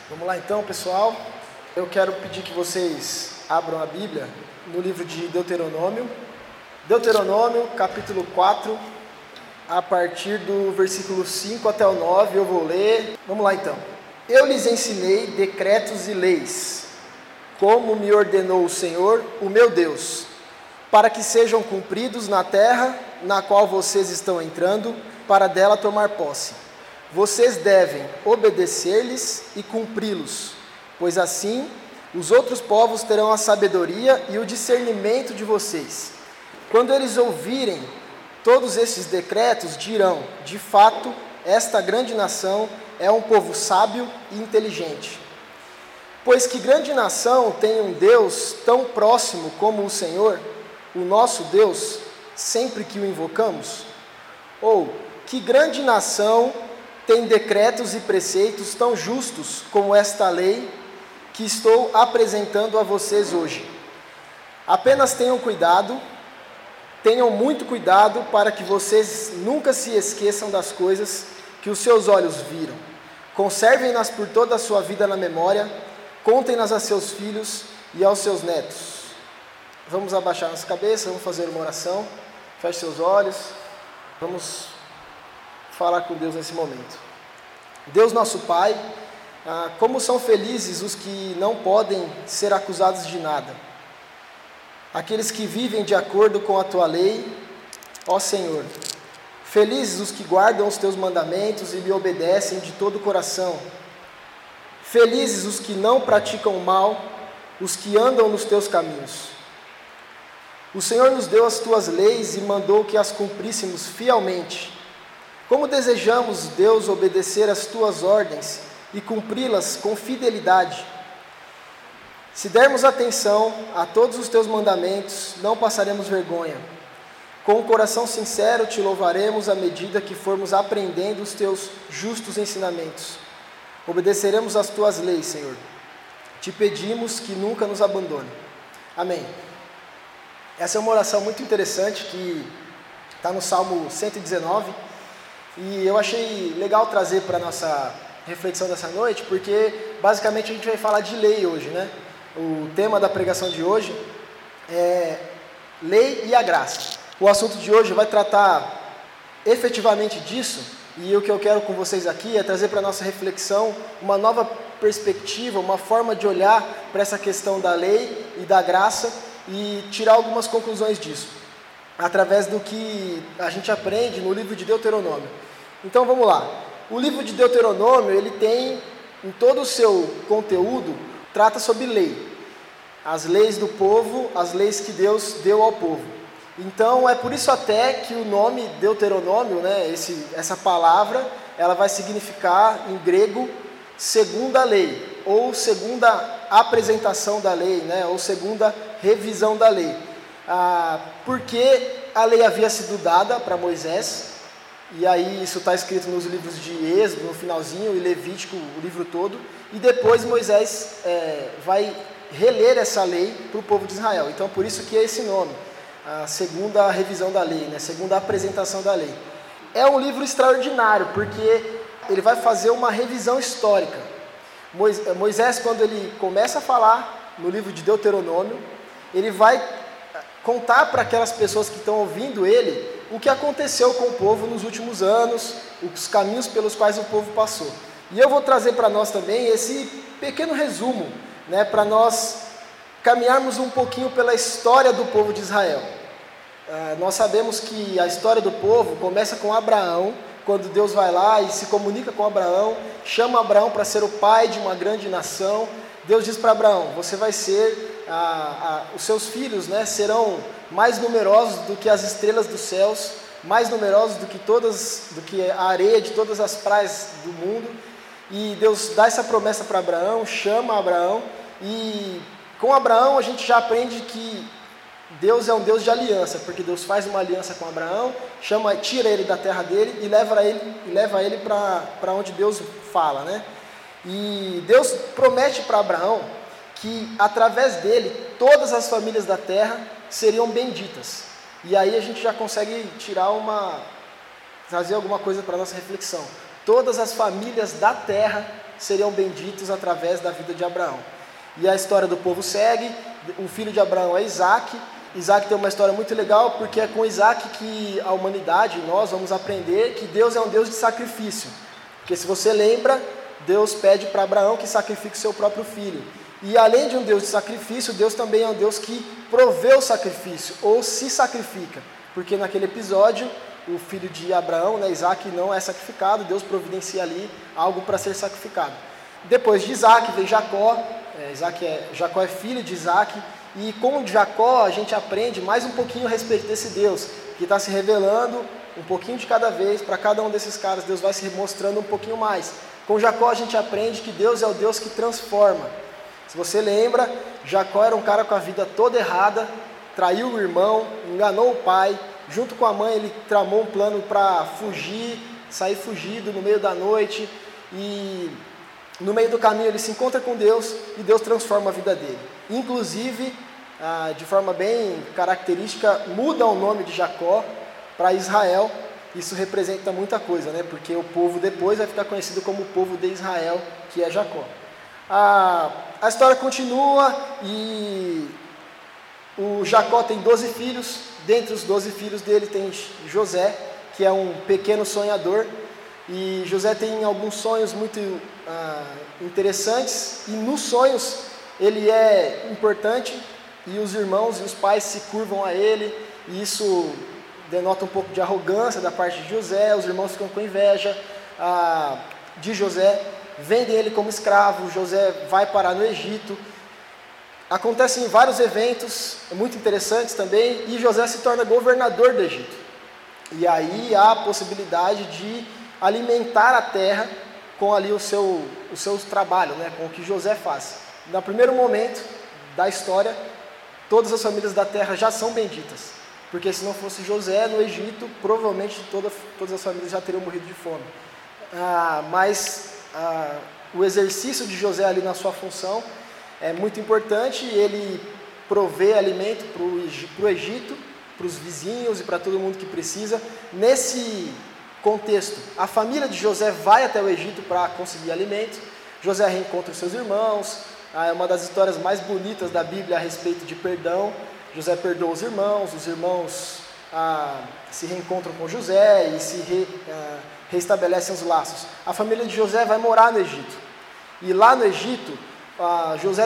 Vamos lá então, pessoal. Eu quero pedir que vocês abram a Bíblia no livro de Deuteronômio. Deuteronômio, capítulo 4, a partir do versículo 5 até o 9, eu vou ler. Vamos lá então. Eu lhes ensinei decretos e leis, como me ordenou o Senhor, o meu Deus, para que sejam cumpridos na terra na qual vocês estão entrando, para dela tomar posse. Vocês devem obedecer-lhes e cumpri-los, pois assim os outros povos terão a sabedoria e o discernimento de vocês. Quando eles ouvirem todos esses decretos, dirão: de fato, esta grande nação é um povo sábio e inteligente. Pois que grande nação tem um Deus tão próximo como o Senhor, o nosso Deus, sempre que o invocamos? Ou que grande nação tem decretos e preceitos tão justos como esta lei que estou apresentando a vocês hoje? Apenas tenham muito cuidado para que vocês nunca se esqueçam das coisas que os seus olhos viram. Conservem-nas por toda a sua vida na memória, contem-nas a seus filhos e aos seus netos. Vamos abaixar nossa cabeça, vamos fazer uma oração. Feche seus olhos, vamos falar com Deus nesse momento. Deus nosso Pai, como são felizes os que não podem ser acusados de nada, aqueles que vivem de acordo com a Tua lei, ó Senhor. Felizes os que guardam os Teus mandamentos e me obedecem de todo o coração. Felizes os que não praticam o mal, os que andam nos Teus caminhos. O Senhor nos deu as Tuas leis e mandou que as cumpríssemos fielmente. Como desejamos, Deus, obedecer às Tuas ordens e cumpri-las com fidelidade. Se dermos atenção a todos os Teus mandamentos, não passaremos vergonha. Com o coração sincero te louvaremos à medida que formos aprendendo os Teus justos ensinamentos. Obedeceremos às Tuas leis, Senhor. Te pedimos que nunca nos abandone. Amém. Essa é uma oração muito interessante que está no Salmo 119. E eu achei legal trazer para a nossa reflexão dessa noite, porque basicamente a gente vai falar de lei hoje, né? O tema da pregação de hoje é lei e a graça. O assunto de hoje vai tratar efetivamente disso, e o que eu quero com vocês aqui é trazer para a nossa reflexão uma nova perspectiva, uma forma de olhar para essa questão da lei e da graça e tirar algumas conclusões disso, através do que a gente aprende no livro de Deuteronômio. Então vamos lá. O livro de Deuteronômio, ele tem, em todo o seu conteúdo, trata sobre lei. As leis do povo, as leis que Deus deu ao povo. Então é por isso até que o nome Deuteronômio, né, essa palavra, ela vai significar em grego segunda lei, ou segunda apresentação da lei, né, ou segunda revisão da lei. Porque a lei havia sido dada para Moisés, e aí isso está escrito nos livros de Êxodo, no finalzinho, e Levítico, o livro todo, e depois Moisés vai reler essa lei para o povo de Israel. Então por isso que é esse nome, a segunda revisão da lei, né? Segunda apresentação da lei. É um livro extraordinário, porque ele vai fazer uma revisão histórica. Moisés, quando ele começa a falar no livro de Deuteronômio, ele vai contar para aquelas pessoas que estão ouvindo ele o que aconteceu com o povo nos últimos anos, os caminhos pelos quais o povo passou. E eu vou trazer para nós também esse pequeno resumo, né, para nós caminharmos um pouquinho pela história do povo de Israel. Nós sabemos que a história do povo começa com Abraão, quando Deus vai lá e se comunica com Abraão, chama Abraão para ser o pai de uma grande nação. Deus diz para Abraão: você vai ser, os seus filhos, né, serão mais numerosos do que as estrelas dos céus, mais numerosos do que a areia de todas as praias do mundo. E Deus dá essa promessa para Abraão, chama Abraão, e com Abraão a gente já aprende que Deus é um Deus de aliança, porque Deus faz uma aliança com Abraão, tira ele da terra dele e leva ele para onde Deus fala, né? E Deus promete para Abraão que através dele todas as famílias da terra seriam benditas. E aí a gente já consegue trazer alguma coisa para a nossa reflexão. Todas as famílias da terra seriam benditos através da vida de Abraão. E a história do povo segue, o filho de Abraão é Isaac. Isaac tem uma história muito legal, porque é com Isaac que a humanidade, nós vamos aprender que Deus é um Deus de sacrifício. Porque se você lembra, Deus pede para Abraão que sacrifique o seu próprio filho. E além de um Deus de sacrifício, Deus também é um Deus que provê o sacrifício, ou se sacrifica. Porque naquele episódio, o filho de Abraão, Isaac, não é sacrificado, Deus providencia ali algo para ser sacrificado. Depois de Isaac vem Jacó, Jacó é filho de Isaac, e com Jacó a gente aprende mais um pouquinho a respeito desse Deus, que está se revelando um pouquinho de cada vez, para cada um desses caras Deus vai se mostrando um pouquinho mais. Com Jacó a gente aprende que Deus é o Deus que transforma. Se você lembra, Jacó era um cara com a vida toda errada, traiu o irmão, enganou o pai, junto com a mãe ele tramou um plano para fugir, sair fugido no meio da noite, e no meio do caminho ele se encontra com Deus e Deus transforma a vida dele. Inclusive, de forma bem característica, muda o nome de Jacó para Israel. Isso representa muita coisa, né? Porque o povo depois vai ficar conhecido como o povo de Israel, que é Jacó. A história continua e o Jacó tem 12 filhos. Dentre os 12 filhos dele tem José, que é um pequeno sonhador. E José tem alguns sonhos muito interessantes, e nos sonhos ele é importante, e os irmãos e os pais se curvam a ele, e isso denota um pouco de arrogância da parte de José. Os irmãos ficam com inveja de José, vendem ele como escravo. José vai parar no Egito. Acontecem vários eventos muito interessantes também, e José se torna governador do Egito. E aí há a possibilidade de alimentar a terra com ali o seu trabalho, né, com o que José faz. No primeiro momento da história, todas as famílias da terra já são benditas, porque se não fosse José no Egito, provavelmente todas as famílias já teriam morrido de fome. Mas o exercício de José ali na sua função é muito importante. Ele provê alimento para o Egito, para os vizinhos e para todo mundo que precisa. Nesse contexto, a família de José vai até o Egito para conseguir alimento. José reencontra os seus irmãos. É uma das histórias mais bonitas da Bíblia a respeito de perdão. José perdoa os irmãos se reencontram com José e se restabelecem os laços. A família de José vai morar no Egito. E lá no Egito, José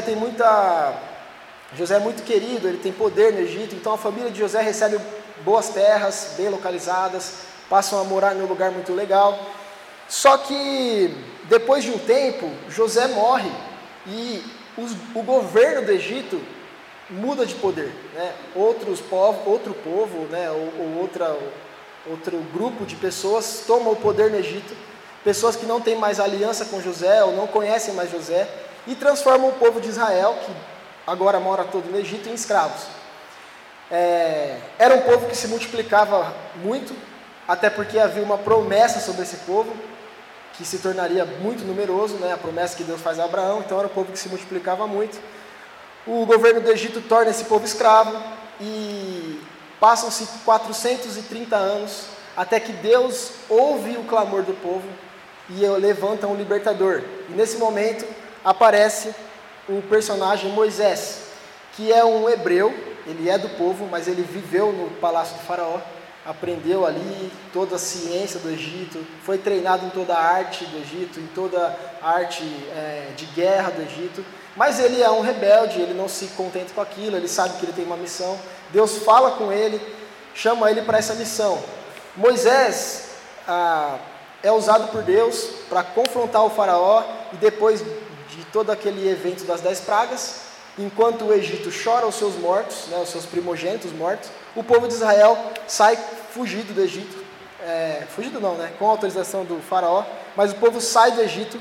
é muito querido, ele tem poder no Egito, então a família de José recebe boas terras, bem localizadas, passam a morar num lugar muito legal. Só que depois de um tempo, José morre e o governo do Egito muda de poder, né? Outro povo, né? Outro grupo de pessoas toma o poder no Egito, pessoas que não têm mais aliança com José ou não conhecem mais José, e transformam o povo de Israel, que agora mora todo no Egito, em escravos. Era um povo que se multiplicava muito, até porque havia uma promessa sobre esse povo, que se tornaria muito numeroso, né? A promessa que Deus faz a Abraão. Então era um povo que se multiplicava muito. O governo do Egito torna esse povo escravo, e passam-se 430 anos, até que Deus ouve o clamor do povo e levanta um libertador. E nesse momento aparece o personagem Moisés, que é um hebreu. Ele é do povo, mas ele viveu no palácio do faraó, aprendeu ali toda a ciência do Egito, foi treinado em toda a arte do Egito, em toda a arte de guerra do Egito, mas ele é um rebelde, ele não se contenta com aquilo, ele sabe que ele tem uma missão. Deus fala com ele, chama ele para essa missão. Moisés é usado por Deus para confrontar o faraó, e depois de todo aquele evento das 10 pragas, enquanto o Egito chora os seus mortos, né, os seus primogênitos mortos, o povo de Israel sai fugido do Egito. Fugido não, né, com a autorização do faraó, mas o povo sai do Egito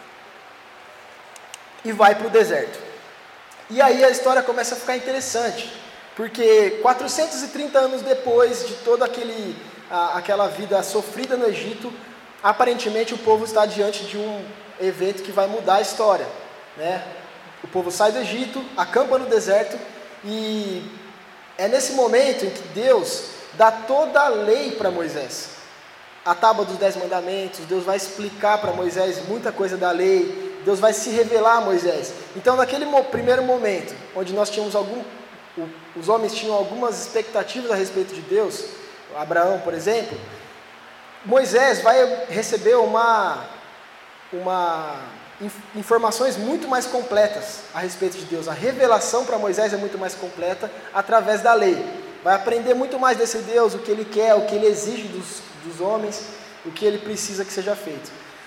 e vai para o deserto. E aí a história começa a ficar interessante, porque 430 anos depois de toda aquela vida sofrida no Egito, aparentemente o povo está diante de um evento que vai mudar a história, né? O povo sai do Egito, acampa no deserto, e é nesse momento em que Deus dá toda a lei para Moisés. A tábua dos 10 mandamentos, Deus vai explicar para Moisés muita coisa da lei, Deus vai se revelar a Moisés. Então, naquele primeiro momento, onde nós tínhamos os homens tinham algumas expectativas a respeito de Deus, Abraão, por exemplo, Moisés vai receber informações muito mais completas a respeito de Deus. A revelação para Moisés é muito mais completa através da lei. Vai aprender muito mais desse Deus, o que ele quer, o que ele exige dos homens, o que ele precisa que seja feito.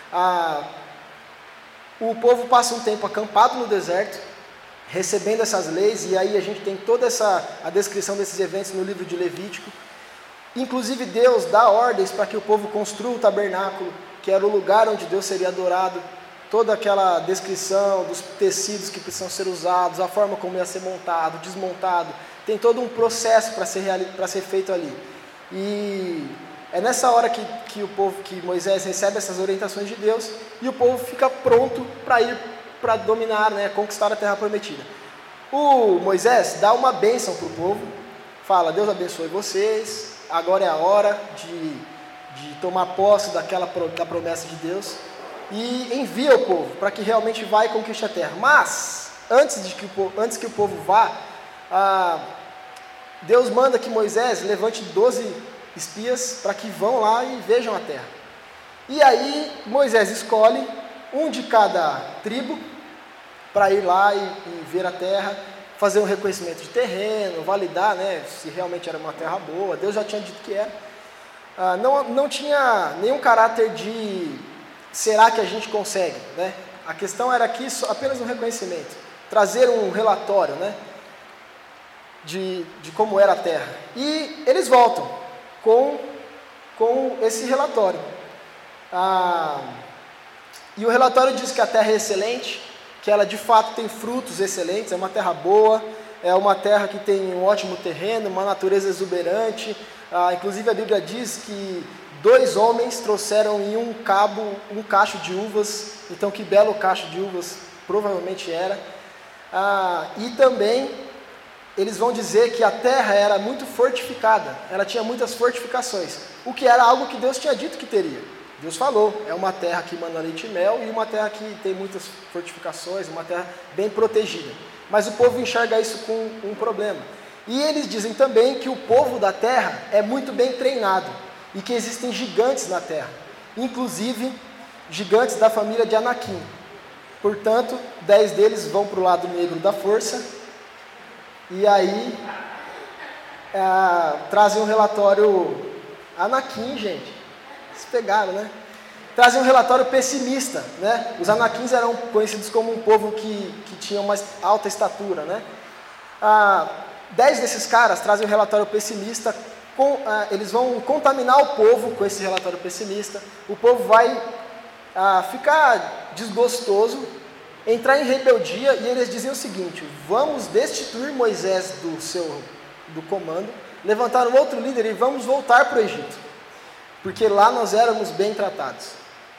O povo passa um tempo acampado no deserto, recebendo essas leis, e aí a gente tem toda a descrição desses eventos no livro de Levítico. Inclusive Deus dá ordens para que o povo construa o tabernáculo, que era o lugar onde Deus seria adorado. Toda aquela descrição dos tecidos que precisam ser usados, a forma como ia ser montado, desmontado, tem todo um processo para ser feito ali. E é nessa hora que Moisés recebe essas orientações de Deus, e o povo fica pronto para ir para dominar, conquistar a terra prometida. O Moisés dá uma bênção para o povo, fala: Deus abençoe vocês, agora é a hora de tomar posse da promessa de Deus, e envia o povo para que realmente vá e conquiste a terra. Mas, antes que o povo vá, Deus manda que Moisés levante 12 espias para que vão lá e vejam a terra. E aí Moisés escolhe um de cada tribo para ir lá e ver a terra, fazer um reconhecimento de terreno, validar se realmente era uma terra boa. Deus já tinha dito que era. Não tinha nenhum caráter de será que a gente consegue, A questão era aqui apenas um reconhecimento, trazer um relatório, de como era a terra. E eles voltam com esse relatório. E o relatório diz que a terra é excelente, que ela de fato tem frutos excelentes, é uma terra boa, é uma terra que tem um ótimo terreno, uma natureza exuberante. Inclusive a Bíblia diz que 2 homens trouxeram em um cabo um cacho de uvas, então que belo cacho de uvas provavelmente era. E também eles vão dizer que a terra era muito fortificada, ela tinha muitas fortificações, o que era algo que Deus tinha dito que teria. Deus falou, é uma terra que manda leite e mel, e uma terra que tem muitas fortificações, uma terra bem protegida. Mas o povo enxerga isso com um problema. E eles dizem também que o povo da terra é muito bem treinado, e que existem gigantes na terra, inclusive gigantes da família de Anaquim. Portanto, 10 deles vão para o lado negro da força, e aí trazem um relatório. Anaquim, gente, vocês pegaram, Trazem um relatório pessimista, Os Anaquins eram conhecidos como um povo que tinha uma alta estatura, 10 desses caras trazem um relatório pessimista. Eles vão contaminar o povo com esse relatório pessimista. O povo vai ficar desgostoso, entrar em rebeldia, e eles dizem o seguinte: vamos destituir Moisés do comando, levantar um outro líder e vamos voltar para o Egito, porque lá nós éramos bem tratados,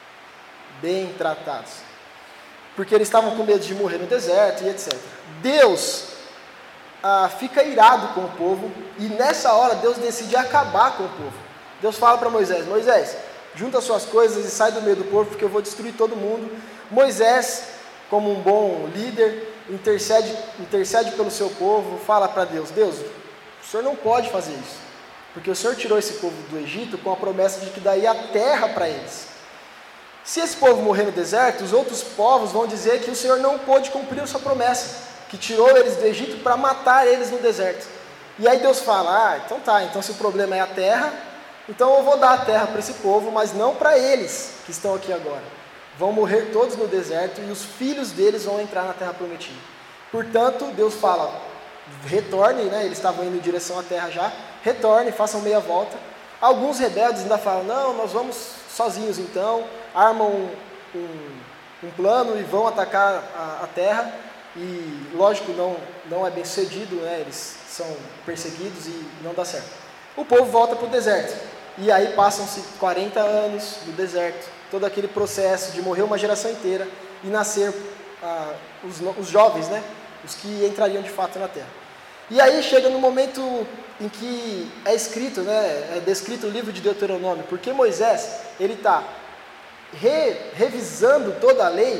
porque eles estavam com medo de morrer no deserto e etc. Deus fica irado com o povo, e nessa hora Deus decide acabar com o povo. Deus fala para Moisés: Moisés, junta suas coisas e sai do meio do povo, porque eu vou destruir todo mundo. Moisés, como um bom líder, intercede pelo seu povo, fala para Deus: Deus, o Senhor não pode fazer isso, porque o Senhor tirou esse povo do Egito com a promessa de que daria a terra para eles. Se esse povo morrer no deserto, os outros povos vão dizer que o Senhor não pôde cumprir a sua promessa, que tirou eles do Egito para matar eles no deserto. E aí Deus fala: então tá, então se o problema é a terra, então eu vou dar a terra para esse povo, mas não para eles que estão aqui agora. Vão morrer todos no deserto, e os filhos deles vão entrar na terra prometida. Portanto, Deus fala: retorne, eles estavam indo em direção à terra já, retorne, façam meia volta. Alguns rebeldes ainda falam: não, nós vamos sozinhos então, armam um plano e vão atacar a terra, e lógico, não é bem sucedido, eles são perseguidos e não dá certo. O povo volta para o deserto, e aí passam-se 40 anos no deserto, todo aquele processo de morrer uma geração inteira e nascer os jovens, os que entrariam de fato na terra. E aí chega no momento em que é escrito, é descrito o livro de Deuteronômio, porque Moisés, ele está revisando toda a lei,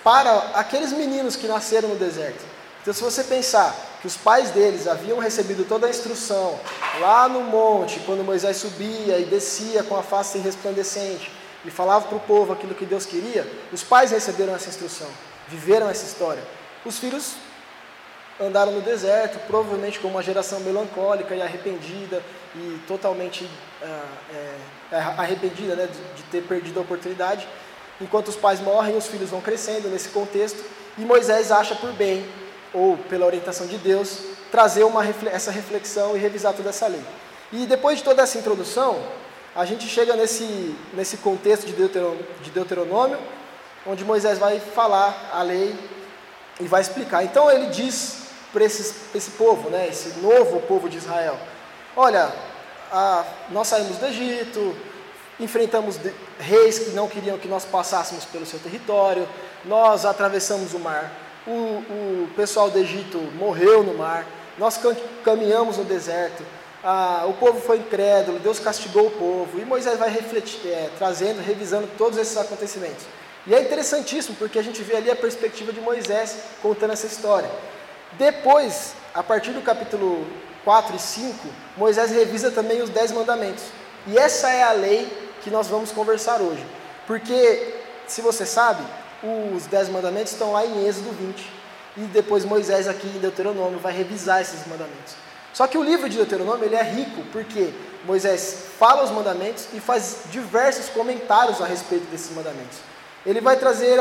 para aqueles meninos que nasceram no deserto. Então, se você pensar que os pais deles haviam recebido toda a instrução lá no monte, quando Moisés subia e descia com a face resplandecente e falava para o povo aquilo que Deus queria, os pais receberam essa instrução, viveram essa história. Os filhos andaram no deserto, provavelmente com uma geração melancólica e arrependida, e totalmente arrependida, né, de ter perdido a oportunidade. Enquanto os pais morrem, os filhos vão crescendo nesse contexto, e Moisés acha por bem, ou pela orientação de Deus, trazer essa reflexão e revisar toda essa lei. E depois de toda essa introdução, a gente chega nesse contexto de Deuteronômio, onde Moisés vai falar a lei e vai explicar. Então ele diz para esse povo, né, esse novo povo de Israel: olha, nós saímos do Egito, enfrentamos reis que não queriam que nós passássemos pelo seu território, nós atravessamos o mar, o pessoal do Egito morreu no mar, nós caminhamos no deserto, o povo foi incrédulo, Deus castigou o povo, e Moisés vai revisando todos esses acontecimentos. E é interessantíssimo, porque a gente vê ali a perspectiva de Moisés contando essa história. Depois, a partir do capítulo 4 e 5, Moisés revisa também os 10 mandamentos. E essa é a lei que nós vamos conversar hoje. Porque, se você sabe, os 10 mandamentos estão lá em Êxodo 20. E depois Moisés aqui em Deuteronômio vai revisar esses mandamentos. Só que o livro de Deuteronômio ele é rico, porque Moisés fala os mandamentos e faz diversos comentários a respeito desses mandamentos. Ele vai trazer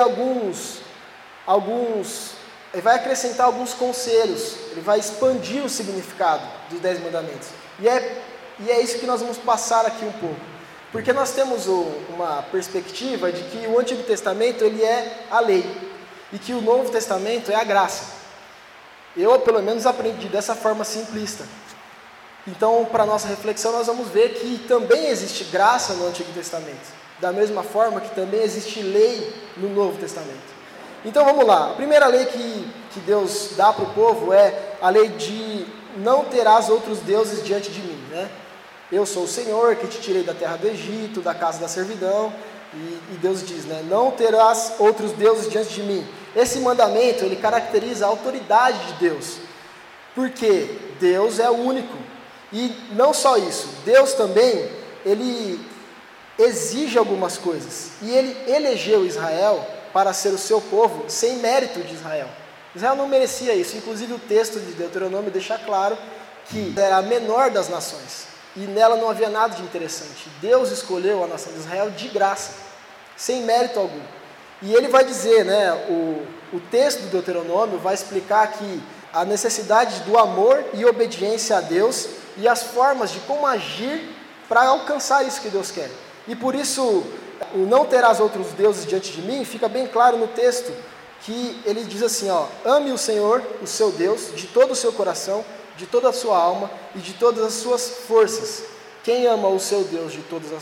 ele vai acrescentar alguns conselhos, ele vai expandir o significado dos 10 mandamentos. E é isso que nós vamos passar aqui um pouco. Porque nós temos uma perspectiva de que o Antigo Testamento ele é a lei, e que o Novo Testamento é a graça. Eu, pelo menos, aprendi dessa forma simplista. Então, para a nossa reflexão, nós vamos ver que também existe graça no Antigo Testamento, da mesma forma que também existe lei no Novo Testamento. Então vamos lá, a primeira lei que Deus dá para o povo é a lei de não terás outros deuses diante de mim, né? Eu sou o Senhor que te tirei da terra do Egito, da casa da servidão, e Deus diz, né? Não terás outros deuses diante de mim. Esse mandamento, ele caracteriza a autoridade de Deus, porque Deus é o único, e não só isso, Deus também, ele exige algumas coisas, e ele elegeu Israel para ser o seu povo, sem mérito de Israel. Israel não merecia isso, inclusive o texto de Deuteronômio deixa claro que era a menor das nações, e nela não havia nada de interessante. Deus escolheu a nação de Israel de graça, sem mérito algum. E ele vai dizer, né, o texto do Deuteronômio vai explicar que a necessidade do amor e obediência a Deus, e as formas de como agir para alcançar isso que Deus quer. E por isso, o não terás outros deuses diante de mim, fica bem claro no texto, que ele diz assim, ó: ame o Senhor, o seu Deus, de todo o seu coração, de toda a sua alma e de todas as suas forças. Quem ama o seu Deus de toda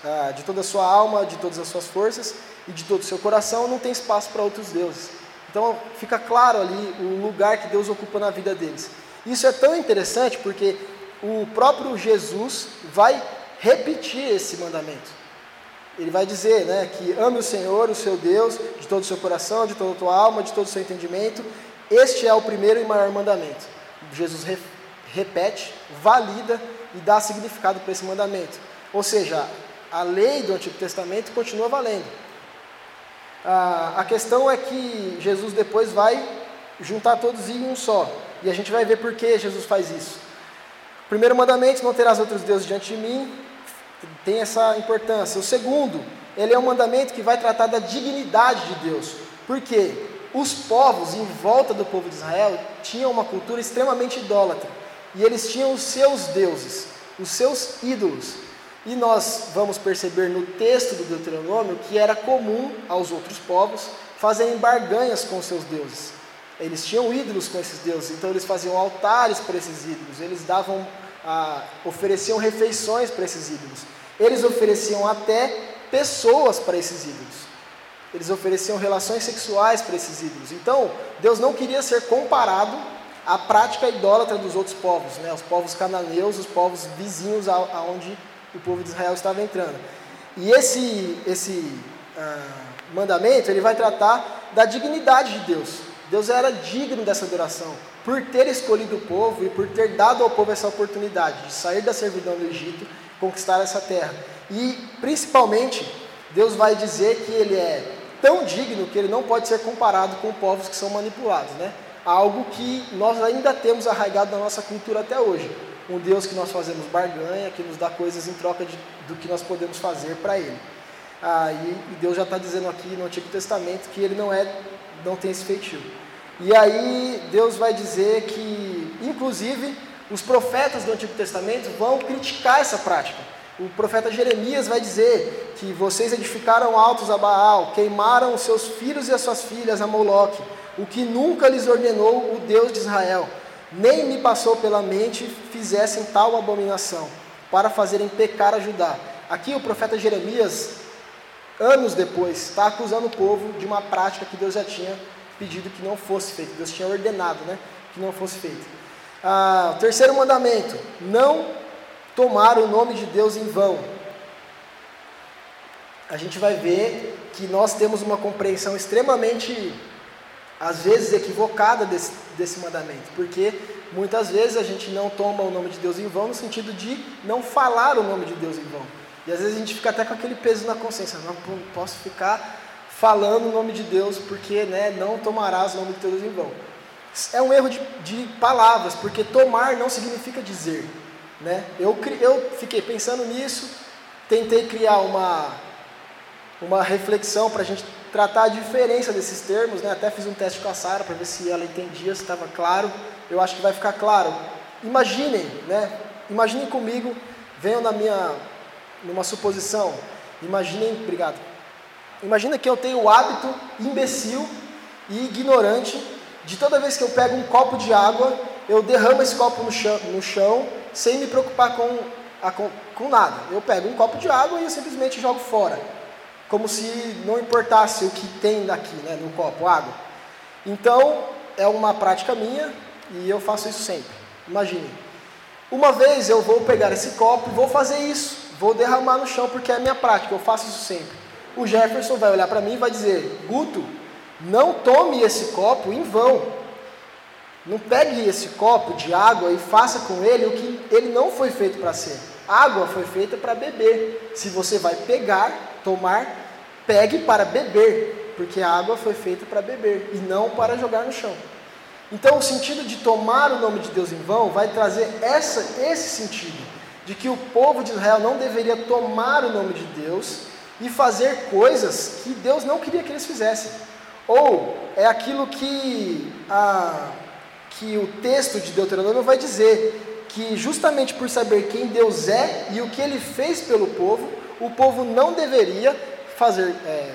a sua alma, de todas as suas forças e de todo o seu coração, não tem espaço para outros deuses. Então fica claro ali o lugar que Deus ocupa na vida deles. Isso é tão interessante porque o próprio Jesus vai repetir esse mandamento. Ele vai dizer, né, que ame o Senhor, o seu Deus, de todo o seu coração, de toda a tua alma, de todo o seu entendimento. Este é o primeiro e maior mandamento. Jesus repete, valida e dá significado para esse mandamento. Ou seja, a lei do Antigo Testamento continua valendo. A questão é que Jesus depois vai juntar todos em um só. E a gente vai ver por que Jesus faz isso. O primeiro mandamento, não terás outros deuses diante de mim, tem essa importância. O segundo, ele é um mandamento que vai tratar da dignidade de Deus. Por quê? Os povos em volta do povo de Israel tinham uma cultura extremamente idólatra. E eles tinham os seus deuses, os seus ídolos. E nós vamos perceber no texto do Deuteronômio que era comum aos outros povos fazerem barganhas com os seus deuses. Eles tinham ídolos com esses deuses, então eles faziam altares para esses ídolos, eles ofereciam refeições para esses ídolos. Eles ofereciam até pessoas para esses ídolos. Eles ofereciam relações sexuais para esses ídolos. Então, Deus não queria ser comparado à prática idólatra dos outros povos, né? Os povos cananeus, os povos vizinhos aonde o povo de Israel estava entrando. E esse mandamento, ele vai tratar da dignidade de Deus. Deus era digno dessa adoração, por ter escolhido o povo e por ter dado ao povo essa oportunidade de sair da servidão do Egito, conquistar essa terra. E, principalmente, Deus vai dizer que ele é tão digno que ele não pode ser comparado com povos que são manipulados, né? Algo que nós ainda temos arraigado na nossa cultura até hoje. Um Deus que nós fazemos barganha, que nos dá coisas em troca do que nós podemos fazer para Ele. E Deus já está dizendo aqui no Antigo Testamento que Ele não tem esse feitio. E aí Deus vai dizer que, inclusive, os profetas do Antigo Testamento vão criticar essa prática. O profeta Jeremias vai dizer que vocês edificaram altos a Baal, queimaram os seus filhos e as suas filhas a Moloque, o que nunca lhes ordenou o Deus de Israel. Nem me passou pela mente fizessem tal abominação, para fazerem pecar a Judá. Aqui o profeta Jeremias, anos depois, está acusando o povo de uma prática que Deus já tinha pedido que não fosse feita. Deus tinha ordenado, né, que não fosse feita. O terceiro mandamento, não tomar o nome de Deus em vão. A gente vai ver que nós temos uma compreensão extremamente, às vezes, equivocada desse mandamento, porque muitas vezes a gente não toma o nome de Deus em vão no sentido de não falar o nome de Deus em vão. E às vezes a gente fica até com aquele peso na consciência, não posso ficar falando o nome de Deus, porque, né, não tomarás o nome de Deus em vão. É um erro de palavras, porque tomar não significa dizer, né? Eu fiquei pensando nisso, tentei criar uma reflexão para a gente tratar a diferença desses termos, né? Até fiz um teste com a Sara para ver se ela entendia, se estava claro. Eu acho que vai ficar claro. Imaginem, né? Imaginem comigo, venham numa suposição. Obrigado. Imagina que eu tenho o hábito imbecil e ignorante de toda vez que eu pego um copo de água, eu derramo esse copo no chão sem me preocupar com nada. Eu pego um copo de água e eu simplesmente jogo fora, como se não importasse o que tem aqui, né, no copo, água. Então, é uma prática minha e eu faço isso sempre. Imagine. Uma vez eu vou pegar esse copo e vou fazer isso, vou derramar no chão porque é a minha prática, eu faço isso sempre. O Jefferson vai olhar para mim e vai dizer: Guto, não tome esse copo em vão. Não pegue esse copo de água e faça com ele o que ele não foi feito para ser. Água foi feita para beber. Se você vai pegar, tomar, pegue para beber, porque a água foi feita para beber e não para jogar no chão. Então o sentido de tomar o nome de Deus em vão vai trazer esse sentido, de que o povo de Israel não deveria tomar o nome de Deus e fazer coisas que Deus não queria que eles fizessem. Ou é aquilo que o texto de Deuteronômio vai dizer, que justamente por saber quem Deus é e o que Ele fez pelo povo, o povo não deveria fazer,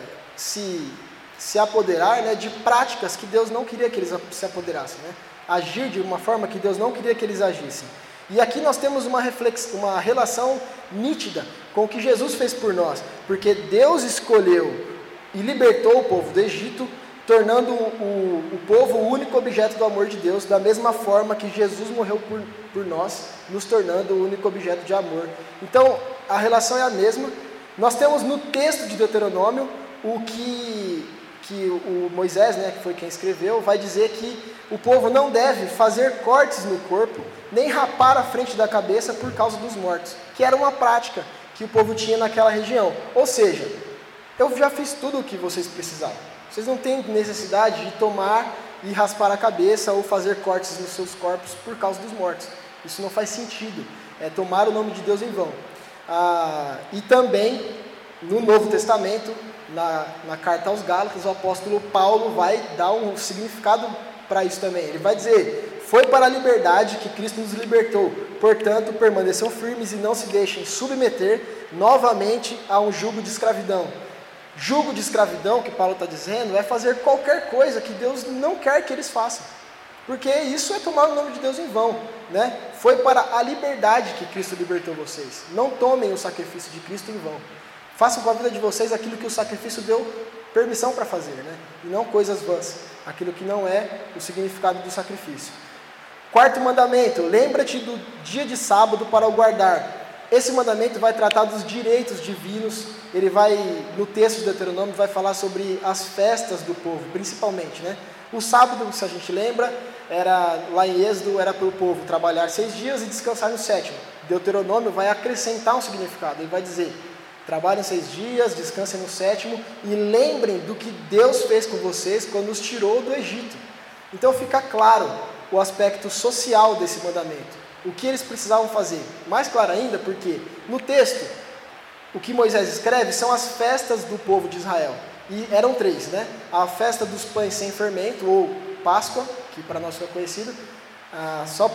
se apoderar, né, de práticas que Deus não queria que eles se apoderassem, né? Agir de uma forma que Deus não queria que eles agissem. E aqui nós temos uma relação nítida com o que Jesus fez por nós, porque Deus escolheu e libertou o povo do Egito, tornando o povo o único objeto do amor de Deus, da mesma forma que Jesus morreu por nós, nos tornando o único objeto de amor. Então, a relação é a mesma. Nós temos no texto de Deuteronômio o que o Moisés, né, que foi quem escreveu, vai dizer que o povo não deve fazer cortes no corpo, nem rapar a frente da cabeça por causa dos mortos, que era uma prática que o povo tinha naquela região. Ou seja, eu já fiz tudo o que vocês precisavam. Vocês não têm necessidade de tomar e raspar a cabeça ou fazer cortes nos seus corpos por causa dos mortos. Isso não faz sentido. É tomar o nome de Deus em vão. E também, no Novo Testamento, na carta aos Gálatas, o apóstolo Paulo vai dar um significado para isso também. Ele vai dizer: foi para a liberdade que Cristo nos libertou. Portanto, permaneçam firmes e não se deixem submeter novamente a um jugo de escravidão. Jugo de escravidão, que Paulo está dizendo, é fazer qualquer coisa que Deus não quer que eles façam, porque isso é tomar o nome de Deus em vão, né? Foi para a liberdade que Cristo libertou vocês. Não tomem o sacrifício de Cristo em vão. Façam com a vida de vocês aquilo que o sacrifício deu permissão para fazer, né? E não coisas vãs, aquilo que não é o significado do sacrifício. Quarto mandamento: lembra-te do dia de sábado para o guardar. esse mandamento vai tratar dos direitos divinos. Ele vai, no texto de Deuteronômio, vai falar sobre as festas do povo, principalmente, né? O sábado, se a gente lembra, lá em Êxodo, era para o povo trabalhar 6 dias e descansar no 7º. Deuteronômio vai acrescentar um significado. Ele vai dizer: trabalhem 6 dias, descansem no 7º e lembrem do que Deus fez com vocês quando os tirou do Egito. Então fica claro o aspecto social desse mandamento, o que eles precisavam fazer. Mais claro ainda, porque no texto, o que Moisés escreve são as festas do povo de Israel. E eram 3, né? A festa dos pães sem fermento, ou Páscoa, que para nós foi conhecida. Só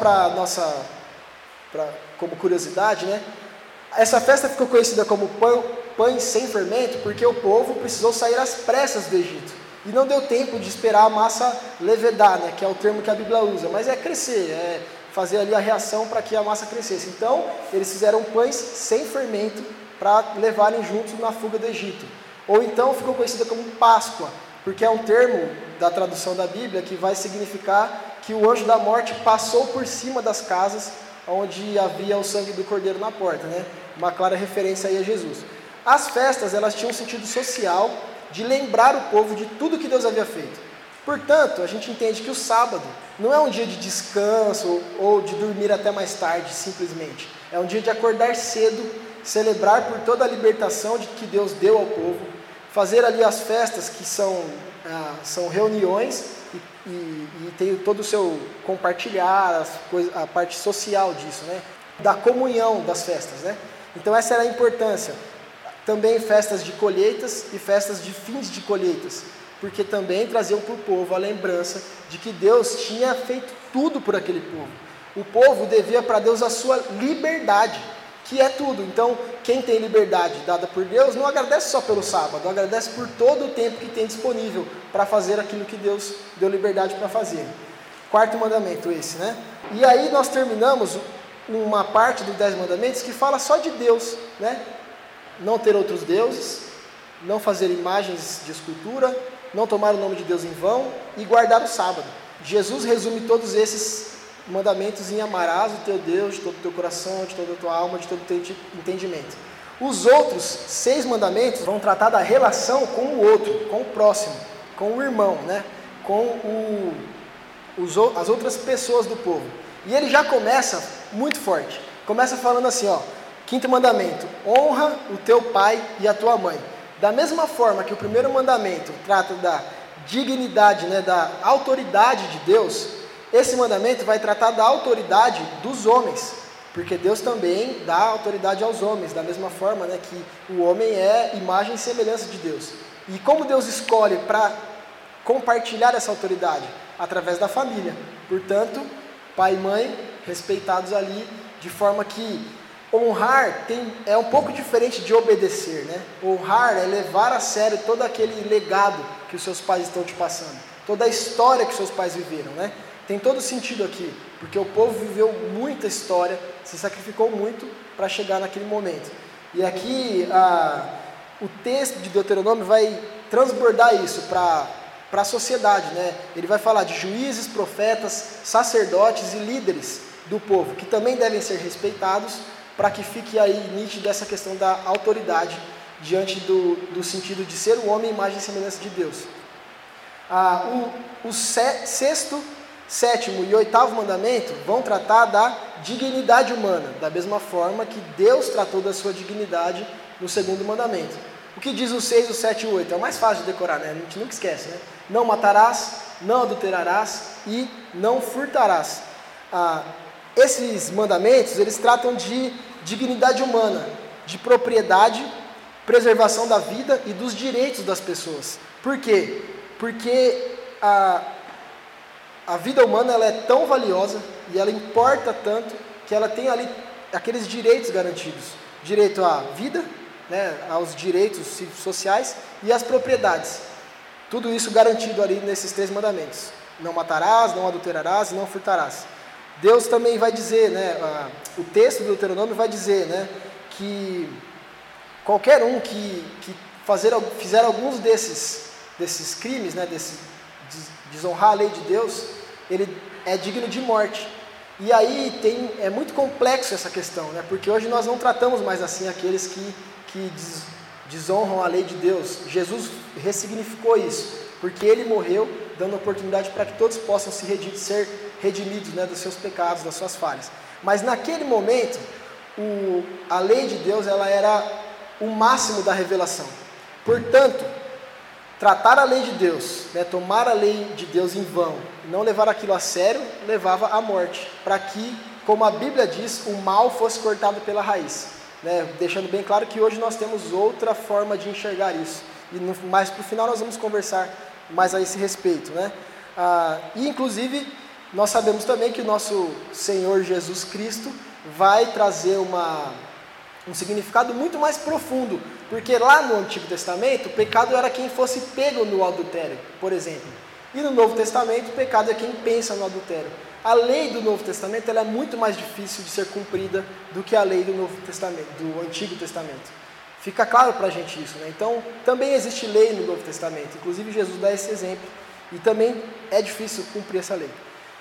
como curiosidade, né? Essa festa ficou conhecida como pães sem fermento, porque o povo precisou sair às pressas do Egito. E não deu tempo de esperar a massa levedar, né? Que é o termo que a Bíblia usa. Mas é crescer, é fazer ali a reação para que a massa crescesse. Então, eles fizeram pães sem fermento para levarem juntos na fuga do Egito. Ou então ficou conhecida como Páscoa, porque é um termo da tradução da Bíblia que vai significar que o anjo da morte passou por cima das casas onde havia o sangue do cordeiro na porta, né? Uma clara referência aí a Jesus. As festas, elas tinham um sentido social de lembrar o povo de tudo que Deus havia feito. Portanto, a gente entende que o sábado não é um dia de descanso ou de dormir até mais tarde, simplesmente. É um dia de acordar cedo, celebrar por toda a libertação que Deus deu ao povo, fazer ali as festas que são reuniões e tem todo o seu compartilhar, a parte social disso, né? Da comunhão das festas, né? Então essa era a importância. Também festas de colheitas e festas de fins de colheitas, porque também traziam para o povo a lembrança de que Deus tinha feito tudo por aquele povo. O povo devia para Deus a sua liberdade, que é tudo. Então, quem tem liberdade dada por Deus, não agradece só pelo sábado, agradece por todo o tempo que tem disponível para fazer aquilo que Deus deu liberdade para fazer. 4º mandamento esse, né? E aí nós terminamos uma parte dos 10 mandamentos que fala só de Deus, né? Não ter outros deuses, não fazer imagens de escultura, não tomar o nome de Deus em vão e guardar o sábado. Jesus resume todos esses mandamentos em amarás o teu Deus de todo o teu coração, de toda a tua alma, de todo o teu entendimento. Os outros 6 mandamentos vão tratar da relação com o outro, com o próximo, com o irmão, né? Com as outras pessoas do povo. E ele já começa muito forte. Começa falando assim, ó: 5º mandamento: honra o teu pai e a tua mãe. Da mesma forma que o primeiro mandamento trata da dignidade, né, da autoridade de Deus, esse mandamento vai tratar da autoridade dos homens, porque Deus também dá autoridade aos homens, da mesma forma, né, que o homem é imagem e semelhança de Deus. E como Deus escolhe para compartilhar essa autoridade? Através da família. Portanto, pai e mãe respeitados ali, de forma que honrar é um pouco diferente de obedecer, né? Honrar é levar a sério todo aquele legado que os seus pais estão te passando, toda a história que seus pais viveram, né? Tem todo sentido aqui, porque o povo viveu muita história, se sacrificou muito para chegar naquele momento. E aqui o texto de Deuteronômio vai transbordar isso para a sociedade, né? Ele vai falar de juízes, profetas, sacerdotes e líderes do povo, que também devem ser respeitados, para que fique aí nítido essa questão da autoridade diante do sentido de ser o homem imagem e semelhança de Deus. O 6º, 7º e 8º mandamento vão tratar da dignidade humana, da mesma forma que Deus tratou da sua dignidade no 2º mandamento. O que diz o 6, o 7 e o 8? É o mais fácil de decorar, né? A gente nunca esquece, né? Não matarás, não adulterarás e não furtarás. Esses mandamentos, eles tratam de dignidade humana, de propriedade, preservação da vida e dos direitos das pessoas. Por quê? Porque a vida humana, ela é tão valiosa e ela importa tanto que ela tem ali aqueles direitos garantidos. Direito à vida, né, aos direitos sociais e às propriedades. Tudo isso garantido ali nesses 3 mandamentos. Não matarás, não adulterarás e não furtarás. Deus também vai dizer, né, o texto do Deuteronômio vai dizer, né, que qualquer um que fizer alguns desses crimes, né, desonrar a lei de Deus, ele é digno de morte. E aí é muito complexo essa questão, né? Porque hoje nós não tratamos mais assim aqueles que desonram a lei de Deus. Jesus ressignificou isso, porque Ele morreu dando oportunidade para que todos possam ser redimidos, né, dos seus pecados, das suas falhas. Mas naquele momento, a lei de Deus ela era o máximo da revelação. Portanto, tratar a lei de Deus, né, tomar a lei de Deus em vão, não levar aquilo a sério, levava à morte, para que, como a Bíblia diz, o mal fosse cortado pela raiz, né, deixando bem claro que hoje nós temos outra forma de enxergar isso, e mais para o final nós vamos conversar mais a esse respeito, né? E inclusive nós sabemos também que o nosso Senhor Jesus Cristo vai trazer um significado muito mais profundo, porque lá no Antigo Testamento o pecado era quem fosse pego no adultério, por exemplo, e no Novo Testamento o pecado é quem pensa no adultério. A lei do Novo Testamento ela é muito mais difícil de ser cumprida do que a lei do Novo Testamento, do Antigo Testamento. Fica claro para a gente isso, né? Então também existe lei no Novo Testamento, inclusive Jesus dá esse exemplo, e também é difícil cumprir essa lei.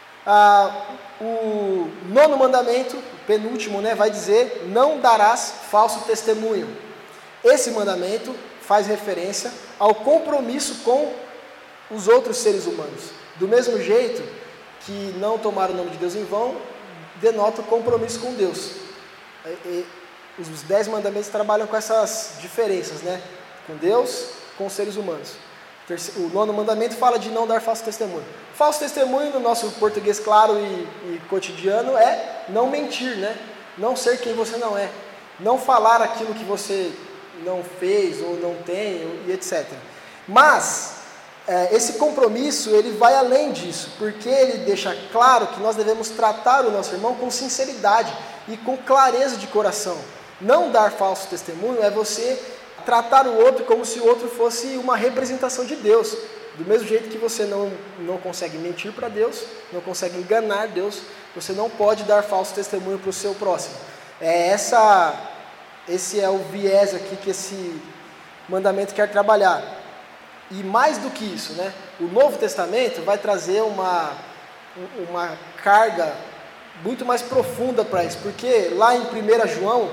O 9º mandamento, o penúltimo, né, vai dizer: não darás falso testemunho. Esse mandamento faz referência ao compromisso com os outros seres humanos. Do mesmo jeito que não tomar o nome de Deus em vão denota o compromisso com Deus. Os 10 mandamentos trabalham com essas diferenças, né? Com Deus, com os seres humanos. O 9º mandamento fala de não dar falso testemunho. Falso testemunho, no nosso português claro e cotidiano, é não mentir, né? Não ser quem você não é. Não falar aquilo que você não fez ou não tem, e etc. Mas esse compromisso, ele vai além disso, porque ele deixa claro que nós devemos tratar o nosso irmão com sinceridade e com clareza de coração. Não dar falso testemunho é você tratar o outro como se o outro fosse uma representação de Deus. Do mesmo jeito que você não consegue mentir para Deus, não consegue enganar Deus, você não pode dar falso testemunho para o seu próximo. Esse é o viés aqui que esse mandamento quer trabalhar. E mais do que isso, né? O Novo Testamento vai trazer uma carga muito mais profunda para isso, porque lá em 1 João,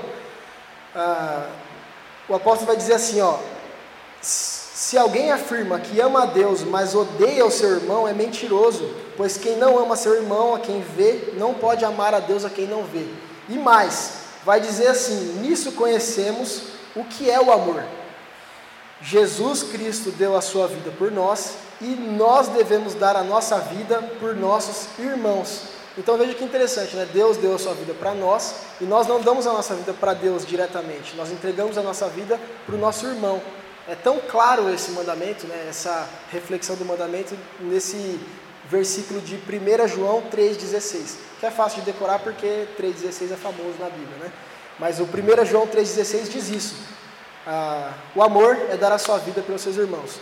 o apóstolo vai dizer assim, ó: se alguém afirma que ama a Deus, mas odeia o seu irmão, é mentiroso, pois quem não ama seu irmão, a quem vê, não pode amar a Deus a quem não vê. E mais, vai dizer assim: nisso conhecemos o que é o amor. Jesus Cristo deu a sua vida por nós, e nós devemos dar a nossa vida por nossos irmãos. Então veja que interessante, né? Deus deu a sua vida para nós, e nós não damos a nossa vida para Deus diretamente, nós entregamos a nossa vida para o nosso irmão. É tão claro esse mandamento, né? Essa reflexão do mandamento nesse versículo de 1 João 3,16, que é fácil de decorar porque 3,16 é famoso na Bíblia, né? Mas o 1 João 3,16 diz isso: o amor é dar a sua vida pelos seus irmãos.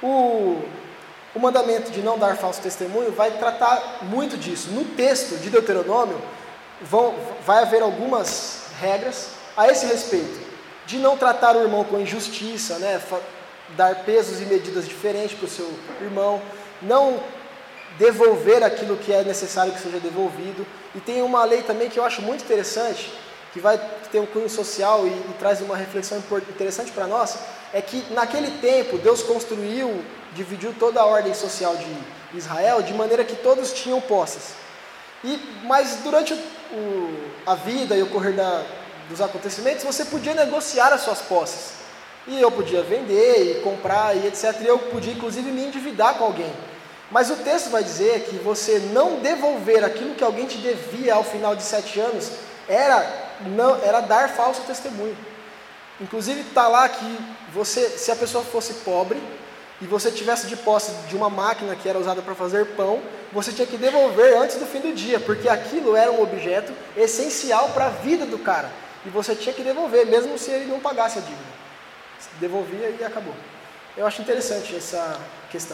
O mandamento de não dar falso testemunho vai tratar muito disso. No texto de Deuteronômio, vai haver algumas regras a esse respeito, de não tratar o irmão com injustiça, né? Dar pesos e medidas diferentes para o seu irmão, não devolver aquilo que é necessário que seja devolvido. E tem uma lei também que eu acho muito interessante, que vai ter um cunho social e traz uma reflexão interessante para nós, é que naquele tempo Deus dividiu toda a ordem social de Israel de maneira que todos tinham posses. Mas durante a vida e o correr dos acontecimentos, você podia negociar as suas posses. E eu podia vender e comprar e etc. E eu podia inclusive me endividar com alguém. Mas o texto vai dizer que você não devolver aquilo que alguém te devia ao final de 7 anos era dar falso testemunho. Inclusive está lá que se a pessoa fosse pobre e você tivesse de posse de uma máquina que era usada para fazer pão, você tinha que devolver antes do fim do dia, porque aquilo era um objeto essencial para a vida do cara, e você tinha que devolver, mesmo se ele não pagasse a dívida. Devolvia e acabou. Eu acho interessante essa questão.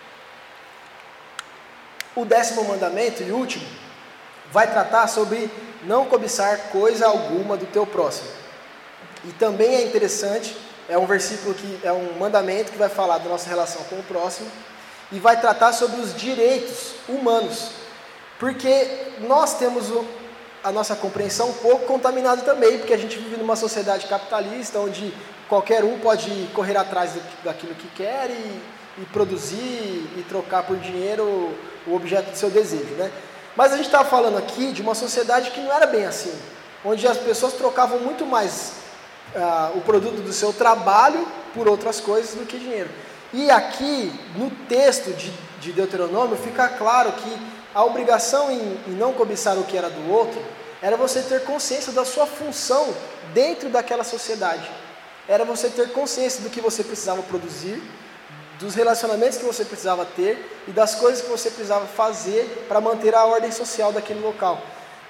O 10º mandamento e último vai tratar sobre não cobiçar coisa alguma do teu próximo. E também é interessante, é um versículo é um mandamento que vai falar da nossa relação com o próximo e vai tratar sobre os direitos humanos. Porque nós temos a nossa compreensão um pouco contaminada também, porque a gente vive numa sociedade capitalista, onde qualquer um pode correr atrás daquilo que quer e produzir e trocar por dinheiro o objeto do seu desejo, né? Mas a gente estava falando aqui de uma sociedade que não era bem assim, onde as pessoas trocavam muito mais o produto do seu trabalho por outras coisas do que dinheiro. E aqui, no texto de Deuteronômio, fica claro que a obrigação em não cobiçar o que era do outro era você ter consciência da sua função dentro daquela sociedade. Era você ter consciência do que você precisava produzir, dos relacionamentos que você precisava ter e das coisas que você precisava fazer para manter a ordem social daquele local.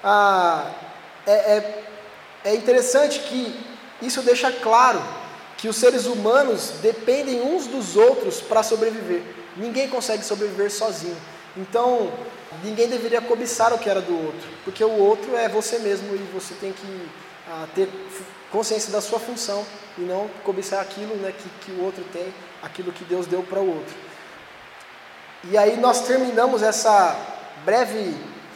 É interessante que isso deixa claro que os seres humanos dependem uns dos outros para sobreviver. Ninguém consegue sobreviver sozinho. Então, ninguém deveria cobiçar o que era do outro, porque o outro é você mesmo e você tem que ter consciência da sua função e não cobiçar aquilo, né, que o outro tem, aquilo que Deus deu para o outro. E aí nós terminamos essa breve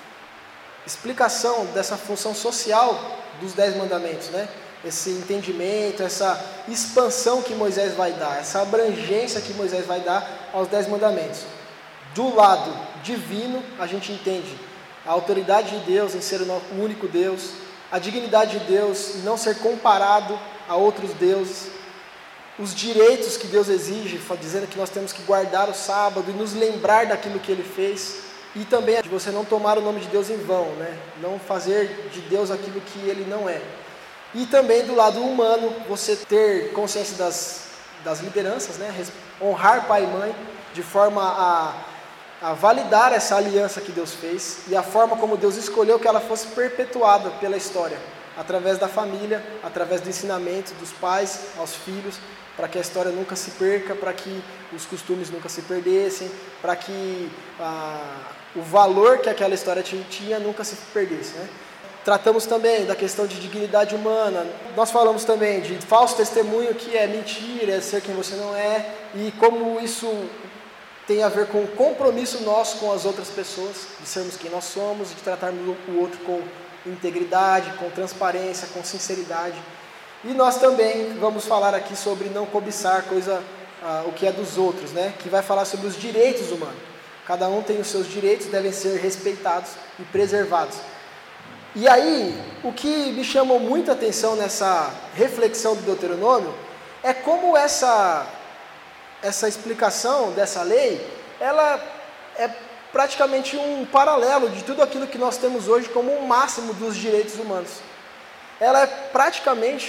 explicação dessa função social dos 10 mandamentos, né? Esse entendimento, essa expansão que Moisés vai dar, essa abrangência que Moisés vai dar aos 10 mandamentos. Do lado divino, a gente entende a autoridade de Deus em ser o único Deus, a dignidade de Deus em não ser comparado a outros deuses, os direitos que Deus exige, dizendo que nós temos que guardar o sábado e nos lembrar daquilo que Ele fez, e também de você não tomar o nome de Deus em vão, né? Não fazer de Deus aquilo que Ele não é. E também do lado humano, você ter consciência das lideranças, né? Honrar pai e mãe, de forma a validar essa aliança que Deus fez e a forma como Deus escolheu que ela fosse perpetuada pela história, através da família, através do ensinamento dos pais aos filhos, para que a história nunca se perca, para que os costumes nunca se perdessem, para que o valor que aquela história tinha nunca se perdesse, né? Tratamos também da questão de dignidade humana, nós falamos também de falso testemunho, que é mentira, é ser quem você não é, e como isso tem a ver com o compromisso nosso com as outras pessoas, de sermos quem nós somos, de tratarmos o outro com integridade, com transparência, com sinceridade. E nós também vamos falar aqui sobre não cobiçar o que é dos outros, né? Que vai falar sobre os direitos humanos. Cada um tem os seus direitos, devem ser respeitados e preservados. E aí, o que me chamou muita atenção nessa reflexão do Deuteronômio é como essa explicação dessa lei, ela é praticamente um paralelo de tudo aquilo que nós temos hoje como o máximo dos direitos humanos. Ela é praticamente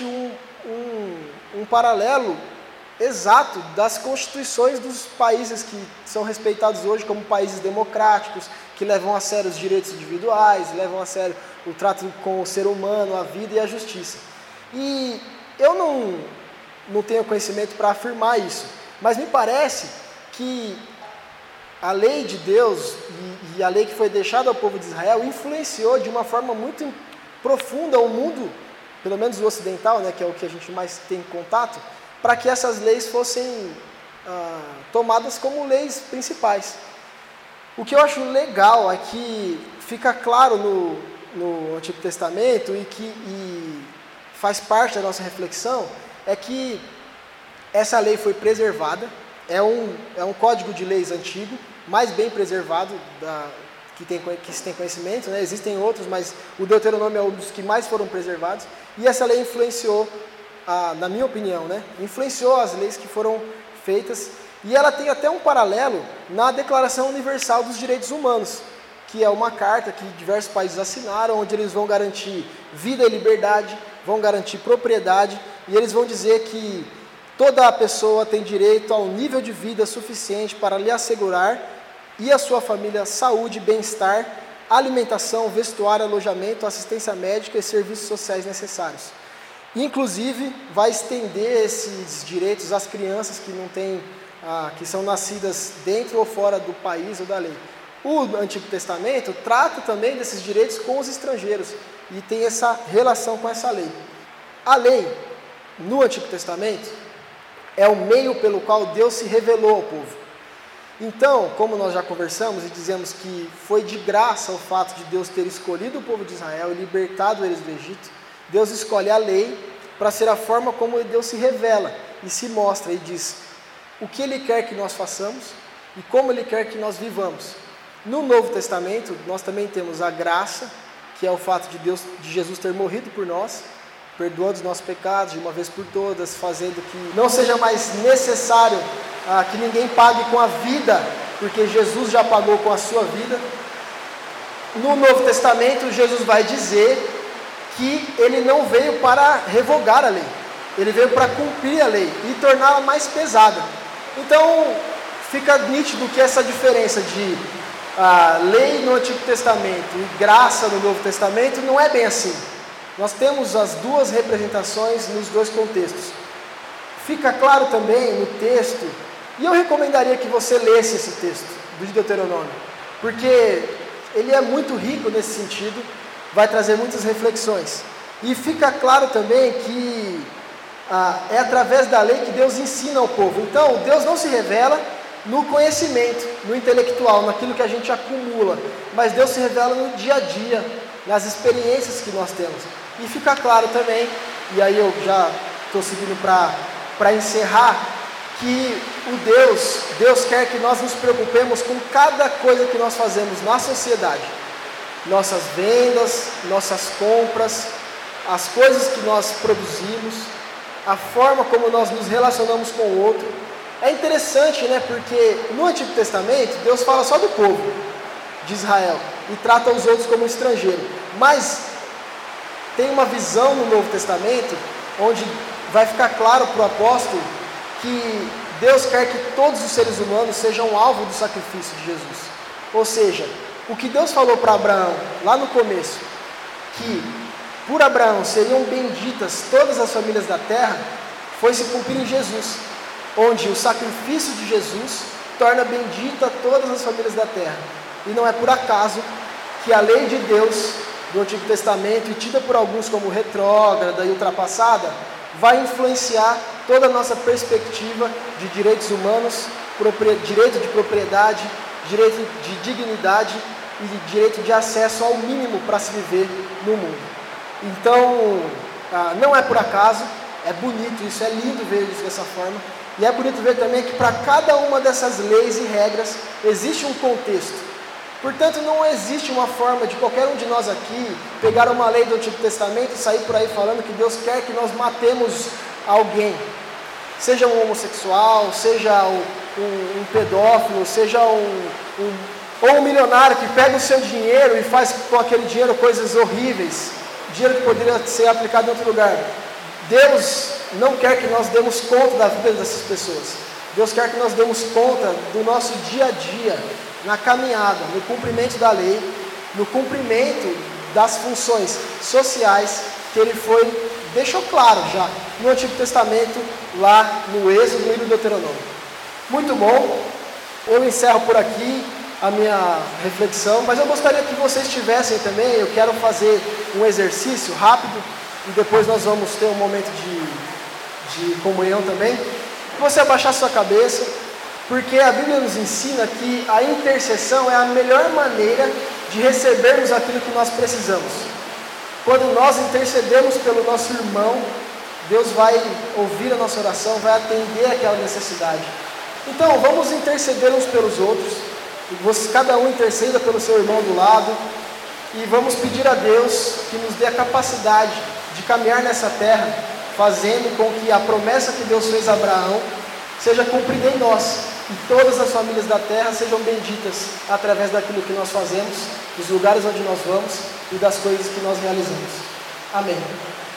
um paralelo exato das constituições dos países que são respeitados hoje como países democráticos, que levam a sério os direitos individuais, levam a sério o trato com o ser humano, a vida e a justiça. E eu não tenho conhecimento para afirmar isso, mas me parece que a lei de Deus e a lei que foi deixada ao povo de Israel influenciou de uma forma muito profunda o mundo, pelo menos o ocidental, né, que é o que a gente mais tem contato, para que essas leis fossem tomadas como leis principais. O que eu acho legal é que fica claro no Antigo Testamento e faz parte da nossa reflexão, é que essa lei foi preservada, é um código de leis antigo, mais bem preservado que se tem conhecimento, né? Existem outros, mas o Deuteronômio é um dos que mais foram preservados, e essa lei influenciou, na minha opinião, né? Influenciou as leis que foram feitas, e ela tem até um paralelo na Declaração Universal dos Direitos Humanos, que é uma carta que diversos países assinaram, onde eles vão garantir vida e liberdade, vão garantir propriedade, e eles vão dizer que toda pessoa tem direito a um nível de vida suficiente para lhe assegurar e a sua família saúde, bem-estar, alimentação, vestuário, alojamento, assistência médica e serviços sociais necessários. Inclusive, vai estender esses direitos às crianças que não têm, que são nascidas dentro ou fora do país ou da lei. O Antigo Testamento trata também desses direitos com os estrangeiros e tem essa relação com essa lei. A lei, no Antigo Testamento, é o meio pelo qual Deus se revelou ao povo. Então, como nós já conversamos e dizemos que foi de graça o fato de Deus ter escolhido o povo de Israel e libertado eles do Egito, Deus escolhe a lei para ser a forma como Deus se revela e se mostra e diz o que Ele quer que nós façamos e como Ele quer que nós vivamos. No Novo Testamento, nós também temos a graça, que é o fato de Jesus ter morrido por nós, perdoando os nossos pecados de uma vez por todas, fazendo que não seja mais necessário que ninguém pague com a vida, porque Jesus já pagou com a sua vida. No Novo Testamento, Jesus vai dizer que Ele não veio para revogar a lei, Ele veio para cumprir a lei e torná-la mais pesada. Então, fica nítido que essa diferença de lei no Antigo Testamento e graça no Novo Testamento não é bem assim. Nós temos as duas representações nos dois contextos. Fica claro também no texto, e eu recomendaria que você lesse esse texto do Deuteronômio, porque ele é muito rico nesse sentido, vai trazer muitas reflexões. E fica claro também que é através da lei que Deus ensina ao povo. Então, Deus não se revela no conhecimento, no intelectual, naquilo que a gente acumula, mas Deus se revela no dia a dia, nas experiências que nós temos. E fica claro também, e aí eu já estou seguindo para encerrar, que Deus quer que nós nos preocupemos com cada coisa que nós fazemos na sociedade. Nossas vendas, nossas compras, as coisas que nós produzimos, a forma como nós nos relacionamos com o outro. É interessante, né? Porque no Antigo Testamento, Deus fala só do povo de Israel e trata os outros como estrangeiro. Mas tem uma visão no Novo Testamento onde vai ficar claro para o apóstolo que Deus quer que todos os seres humanos sejam alvo do sacrifício de Jesus. Ou seja, o que Deus falou para Abraão lá no começo, que por Abraão seriam benditas todas as famílias da terra, foi se cumprir em Jesus, onde o sacrifício de Jesus torna bendita todas as famílias da terra. E não é por acaso que a lei de Deus do Antigo Testamento, e tida por alguns como retrógrada e ultrapassada, vai influenciar toda a nossa perspectiva de direitos humanos, direito de propriedade, direito de dignidade e de direito de acesso ao mínimo para se viver no mundo. Então, não é por acaso, é bonito isso, é lindo ver isso dessa forma, e é bonito ver também que para cada uma dessas leis e regras existe um contexto. Portanto, não existe uma forma de qualquer um de nós aqui pegar uma lei do Antigo Testamento e sair por aí falando que Deus quer que nós matemos alguém, seja um homossexual, seja um pedófilo, seja ou um milionário que pega o seu dinheiro e faz com aquele dinheiro coisas horríveis, dinheiro que poderia ser aplicado em outro lugar. Deus não quer que nós demos conta da vida dessas pessoas. Deus quer que nós demos conta do nosso dia a dia, na caminhada, no cumprimento da lei, no cumprimento das funções sociais que Ele deixou claro já no Antigo Testamento, lá no Êxodo e no Deuteronômio. Muito bom, eu encerro por aqui a minha reflexão, mas eu gostaria que vocês tivessem também, eu quero fazer um exercício rápido, e depois nós vamos ter um momento de comunhão também. Você abaixar sua cabeça, porque a Bíblia nos ensina que a intercessão é a melhor maneira de recebermos aquilo que nós precisamos. Quando nós intercedemos pelo nosso irmão, Deus vai ouvir a nossa oração, vai atender aquela necessidade. Então, vamos interceder uns pelos outros, cada um interceda pelo seu irmão do lado, e vamos pedir a Deus que nos dê a capacidade de caminhar nessa terra, fazendo com que a promessa que Deus fez a Abraão seja cumprida em nós, e todas as famílias da terra sejam benditas através daquilo que nós fazemos, dos lugares onde nós vamos e das coisas que nós realizamos. Amém.